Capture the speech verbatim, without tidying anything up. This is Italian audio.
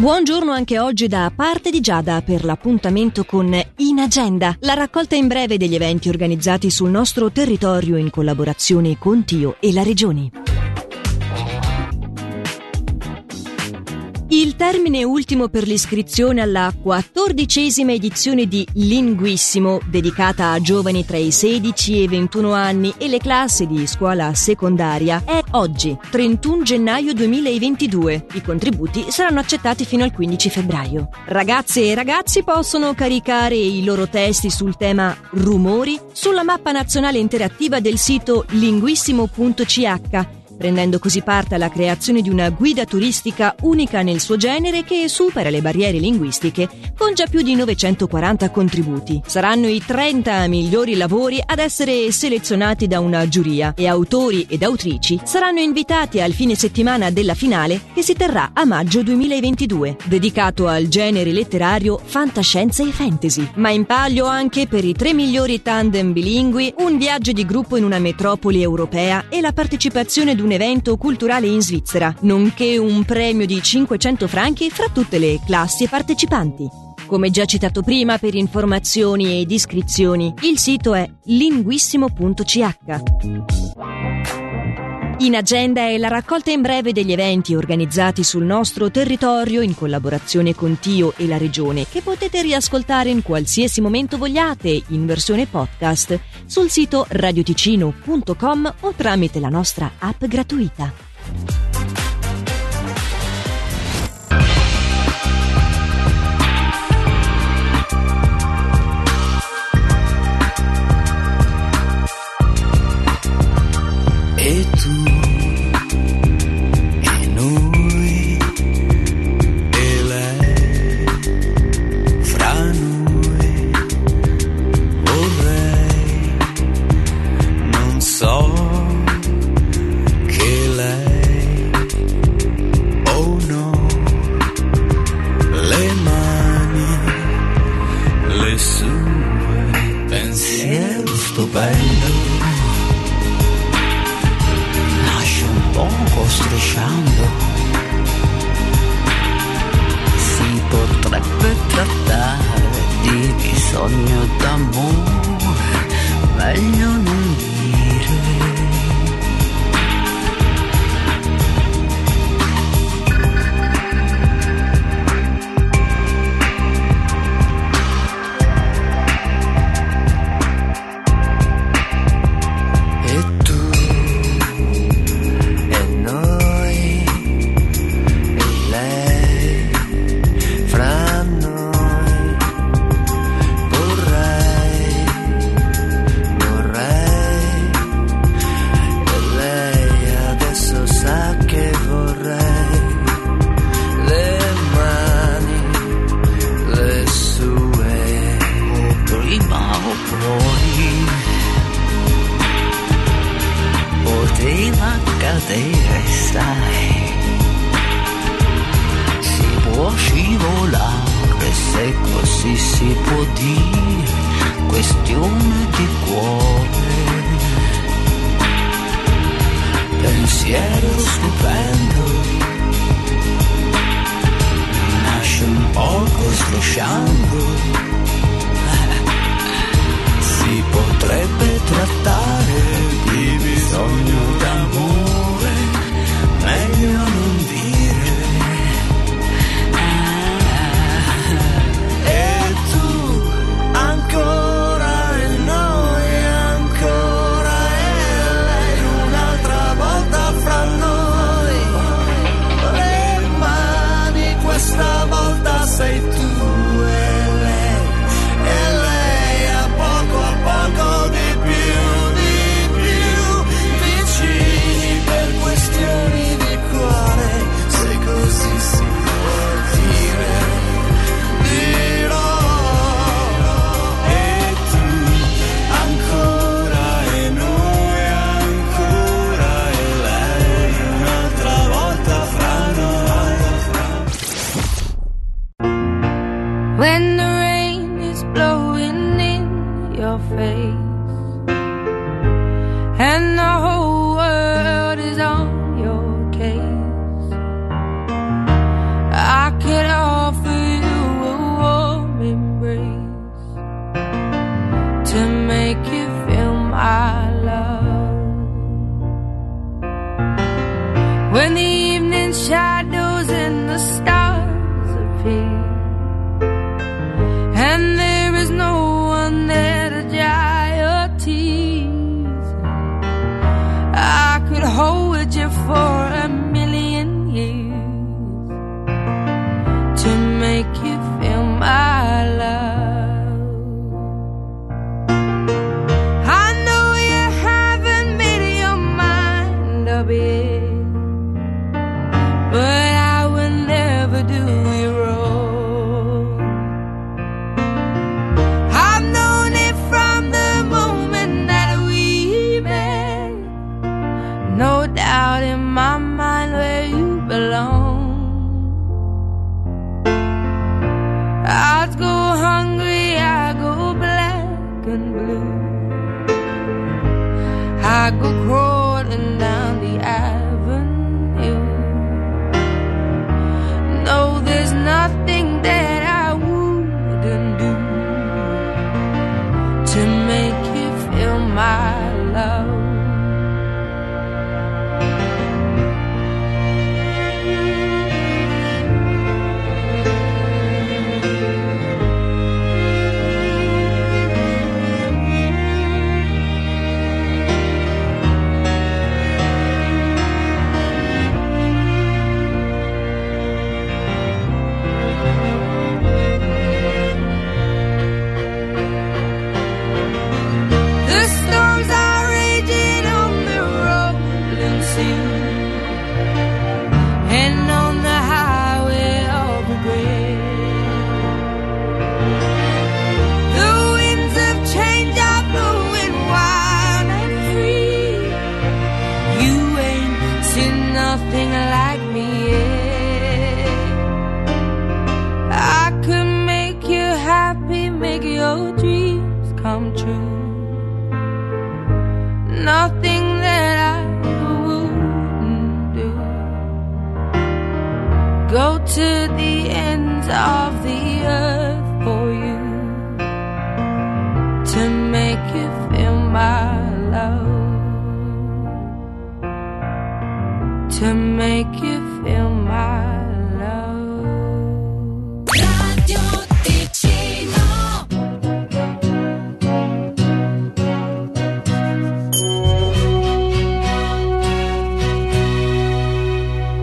Buongiorno anche oggi da parte di Giada per l'appuntamento con In Agenda, la raccolta in breve degli eventi organizzati sul nostro territorio in collaborazione con Tio e la Regione. Il termine ultimo per l'iscrizione alla quattordicesima edizione di Linguissimo, dedicata a giovani tra i sedici e i ventuno anni e le classi di scuola secondaria, è oggi, trentuno gennaio duemilaventidue. I contributi saranno accettati fino al quindici febbraio. Ragazze e ragazzi possono caricare i loro testi sul tema rumori sulla mappa nazionale interattiva del sito linguissimo punto c h, prendendo così parte alla creazione di una guida turistica unica nel suo genere che supera le barriere linguistiche con già più di novecentoquaranta contributi. Saranno i trenta migliori lavori ad essere selezionati da una giuria e autori ed autrici saranno invitati al fine settimana della finale che si terrà a maggio duemilaventidue, dedicato al genere letterario fantascienza e fantasy. Ma in palio anche per i tre migliori tandem bilingui, un viaggio di gruppo in una metropoli europea e la partecipazione ad un evento culturale in Svizzera, nonché un premio di cinquecento franchi fra tutte le classi partecipanti. Come già citato prima, per informazioni ed iscrizioni, il sito è linguissimo punto c h. In Agenda è la raccolta in breve degli eventi organizzati sul nostro territorio in collaborazione con Tio e la Regione, che potete riascoltare in qualsiasi momento vogliate in versione podcast sul sito radioticino punto com o tramite la nostra app gratuita. E tu e noi e lei, fra noi vorrei, non so che lei o no, le mani, le sue, pensiero stupendo. Poco strisciando si potrebbe trattare di bisogno d'amore, meglio non dire. Poteva cadere, sai, si può scivolare, se così si può dire, questione di cuore, pensiero stupendo, nasce un poco strisciando. Si potrebbe trattare di bisogno d'amore, meglio non dire. Ah, e tu when the evening shadows and the stars appear, and there is no one there to dry your tears. I could hold you for a million years to make you feel my love. I know you haven't made your mind up yet, but I will never do you wrong. I've known it from the moment that we met, no doubt in my mind where you belong. I'd go hungry, I go black and blue, I go crawling down the avenue. No, there's nothing that I wouldn't do to make you feel my love. The storms are raging on the rolling sea and on the highway of regret. The winds of change are blowing wild and free. You ain't seen nothing like me yet. I could make you happy, make your dreams come true. Nothing that I wouldn't do. Go to the ends of the earth for you to make you feel my love, to make you feel my